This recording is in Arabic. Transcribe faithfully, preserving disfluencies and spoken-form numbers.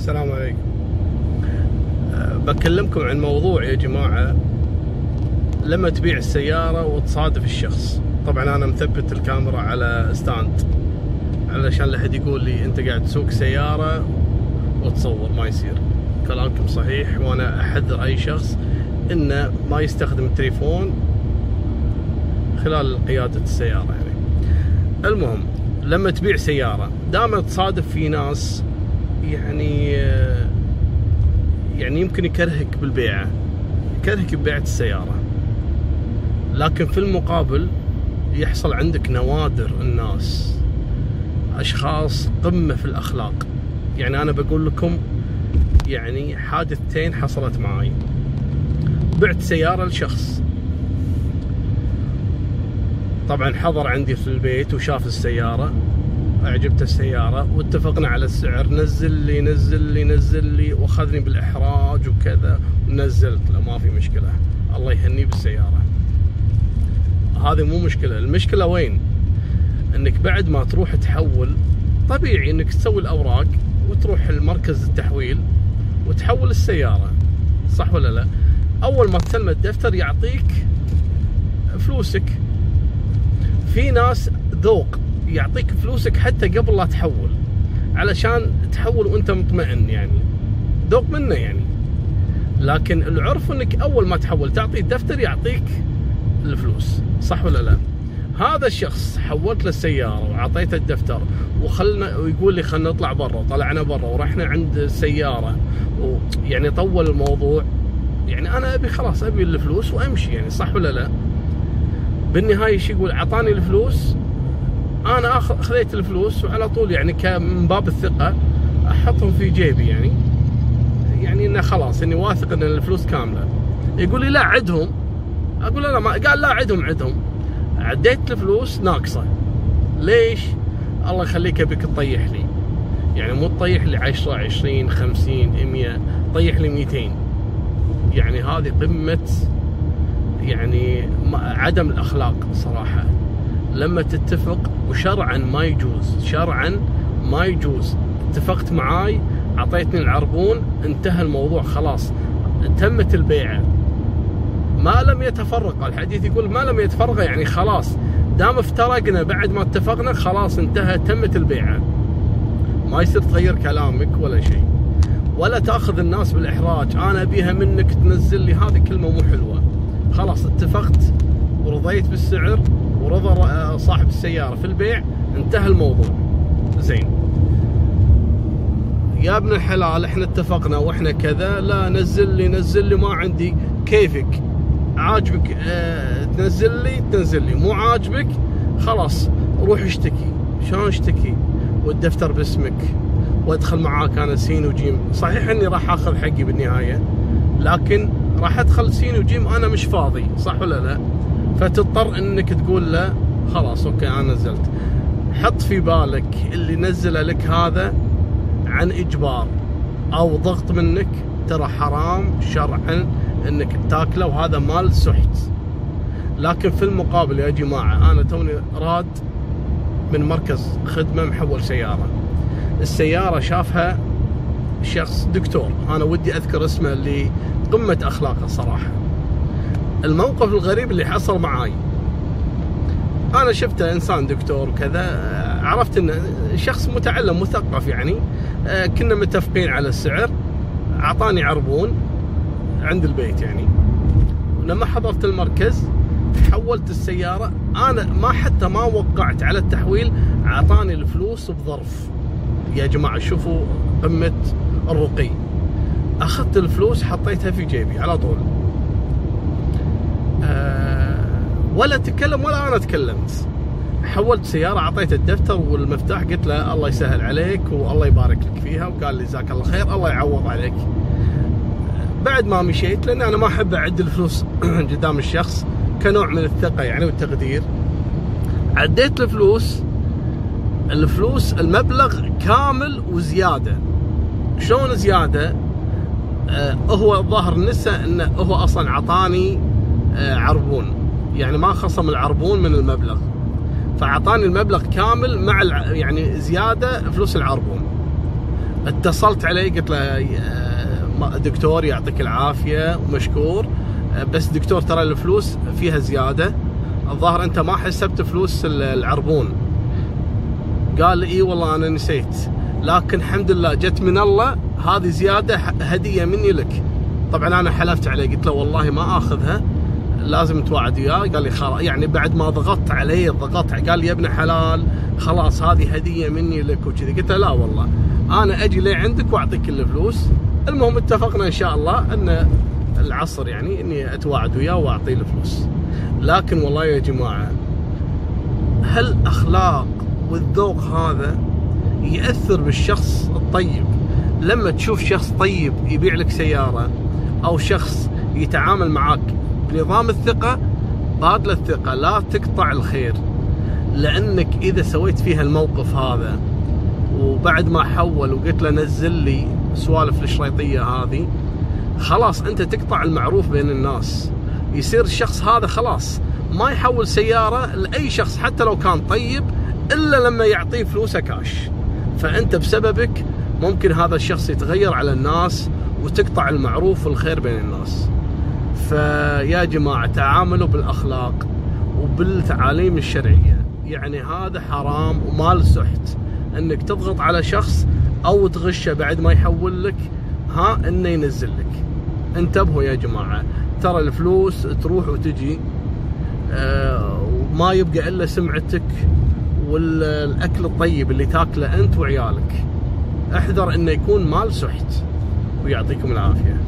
السلام عليكم. أه بكلمكم عن موضوع يا جماعة. لما تبيع السيارة وتصادف الشخص، طبعا أنا مثبت الكاميرا على ستاند علشان لا أحد يقول لي أنت قاعد تسوق سيارة وتصور، ما يصير. كلامكم صحيح، وأنا أحذر أي شخص إنه ما يستخدم التليفون خلال قيادة السيارة يعني. المهم، لما تبيع سيارة دائما تصادف في ناس يعني يعني يمكن يكرهك بالبيعة، يكرهك ببيعة السيارة، لكن في المقابل يحصل عندك نوادر الناس، أشخاص قمة في الأخلاق. يعني أنا بقول لكم يعني حادثتين حصلت معي. بعت سيارة لشخص، طبعا حضر عندي في البيت وشاف السيارة، أعجبته السيارة واتفقنا على السعر. نزل لي نزل لي نزل لي وأخذني بالإحراج وكذا، ونزلت له ما في مشكلة، الله يهنيه بالسيارة. هذه مو مشكلة. المشكلة وين؟ انك بعد ما تروح تحول، طبيعي انك تسوي الأوراق وتروح المركز التحويل وتحول السيارة، صح ولا لا؟ أول ما تسلم الدفتر يعطيك فلوسك. في ناس ذوق يعطيك فلوسك حتى قبل لا تحول، علشان تحول وانت مطمئن، يعني ذوق منه يعني. لكن العرف انك اول ما تحول تعطيه الدفتر يعطيك الفلوس، صح ولا لا؟ هذا الشخص حولت له السيارة وعطيته الدفتر وخلنا ويقول لي خلنا نطلع برا، طلعنا برا ورحنا عند السيارة، ويعني طول الموضوع. يعني انا ابي خلاص ابي الفلوس وامشي، يعني صح ولا لا؟ بالنهاية ايش يقول؟ اعطاني الفلوس، انا اخذ خذيت الفلوس وعلى طول يعني من باب الثقة احطهم في جيبي، يعني يعني انه خلاص اني واثق ان الفلوس كاملة. يقول لي لا عدهم، اقول له لا، ما قال لا عدهم عدهم. عديت الفلوس ناقصة. ليش؟ الله يخليك ابيك تطيح لي، يعني مو تطيح لي عشرة عشرين خمسين مية، طيح لي ميتين. يعني هذه قمة يعني عدم الأخلاق صراحة. لما تتفق وشرعا ما يجوز، شرعا ما يجوز. اتفقت معاي، عطيتني العربون، انتهى الموضوع، خلاص تمت البيعة. ما لم يتفرق، الحديث يقول ما لم يتفرق، يعني خلاص دام افترقنا بعد ما اتفقنا خلاص انتهى، تمت البيعة. ما يصير تغير كلامك ولا شيء، ولا تاخذ الناس بالإحراج. انا ابيها منك تنزل لي، هذه كلمة مو حلوة. خلاص اتفقت ورضيت بالسعر ورضى صاحب السيارة في البيع، انتهى الموضوع. زين يا ابن الحلال، احنا اتفقنا واحنا كذا، لا نزل لي نزل لي، ما عندي، كيفك عاجبك اه تنزل لي تنزل لي، مو عاجبك خلاص روح اشتكي. شلون اشتكي؟ والدفتر باسمك وادخل معاك انا سين وجيم. صحيح اني راح اخذ حقي بالنهاية، لكن راح ادخل سين وجيم انا مش فاضي، صح ولا لا؟ فتضطر انك تقول له خلاص اوكي انا نزلت. حط في بالك اللي نزل لك هذا عن اجبار او ضغط منك، ترى حرام شرعا انك تاكله، وهذا مال سحت. لكن في المقابل يا جماعة، انا توني راد من مركز خدمة محول سيارة، السيارة شافها شخص دكتور، انا ودي اذكر اسمه اللي قمة اخلاقه صراحة. الموقف الغريب اللي حصل معاي، انا شفته انسان دكتور وكذا، عرفت انه شخص متعلم مثقف يعني. كنا متفقين على السعر، اعطاني عربون عند البيت يعني. لما حضرت المركز حولت السيارة، انا ما حتى ما وقعت على التحويل، اعطاني الفلوس بظرف. يا جماعة شوفوا قمة الرقي. اخذت الفلوس حطيتها في جيبي على طول، أه ولا تكلم ولا انا تكلمت. حولت سيارة، اعطيته الدفتر والمفتاح، قلت له الله يسهل عليك والله يبارك لك فيها، وقال لي جزاك الله خير الله يعوض عليك. بعد ما مشيت، لان انا ما احب اعد الفلوس قدام الشخص كنوع من الثقة يعني والتقدير، عديت الفلوس، الفلوس المبلغ كامل وزيادة. شلون زيادة؟ آه هو الظاهر نسى انه هو اصلا عطاني آه عربون، يعني ما خصم العربون من المبلغ، فاعطاني المبلغ كامل مع يعني زيادة فلوس العربون. اتصلت عليه قلت له دكتور يعطيك العافية ومشكور، بس دكتور ترى الفلوس فيها زيادة، الظاهر أنت ما حسبت فلوس العربون. قال إي والله أنا نسيت، لكن الحمد لله جت من الله، هذه زيادة هدية مني لك. طبعا أنا حلفت عليه قلت له والله ما آخذها، لازم توعد وياه. قال لي خلاص، يعني بعد ما ضغطت عليه ضغطت، قال لي يا ابن حلال خلاص هذه هدية مني لك وكذي. قلت له لا والله أنا أجي لي عندك وأعطيك الفلوس. المهم اتفقنا إن شاء الله أن العصر يعني إني أتواعد وياه وأعطيه الفلوس. لكن والله يا جماعة هالأخلاق والذوق هذا يأثر بالشخص الطيب. لما تشوف شخص طيب يبيع لك سيارة، أو شخص يتعامل معك بنظام الثقة، بادل الثقة، لا تقطع الخير. لأنك إذا سويت فيها الموقف هذا وبعد ما حول وقلت له نزل لي سوالف الشريطية هذه، خلاص أنت تقطع المعروف بين الناس. يصير الشخص هذا خلاص ما يحول سيارة لأي شخص حتى لو كان طيب إلا لما يعطيه فلوسه كاش. فأنت بسببك ممكن هذا الشخص يتغير على الناس وتقطع المعروف والخير بين الناس. فيا جماعة تعاملوا بالأخلاق وبالتعاليم الشرعية. يعني هذا حرام ومال سحت انك تضغط على شخص او تغشه بعد ما يحول لك ها انه ينزل لك. انتبهوا يا جماعة، ترى الفلوس تروح وتجي، آه وما يبقى الا سمعتك والاكل الطيب اللي تاكله انت وعيالك. احذر انه يكون مال سحت. ويعطيكم العافية.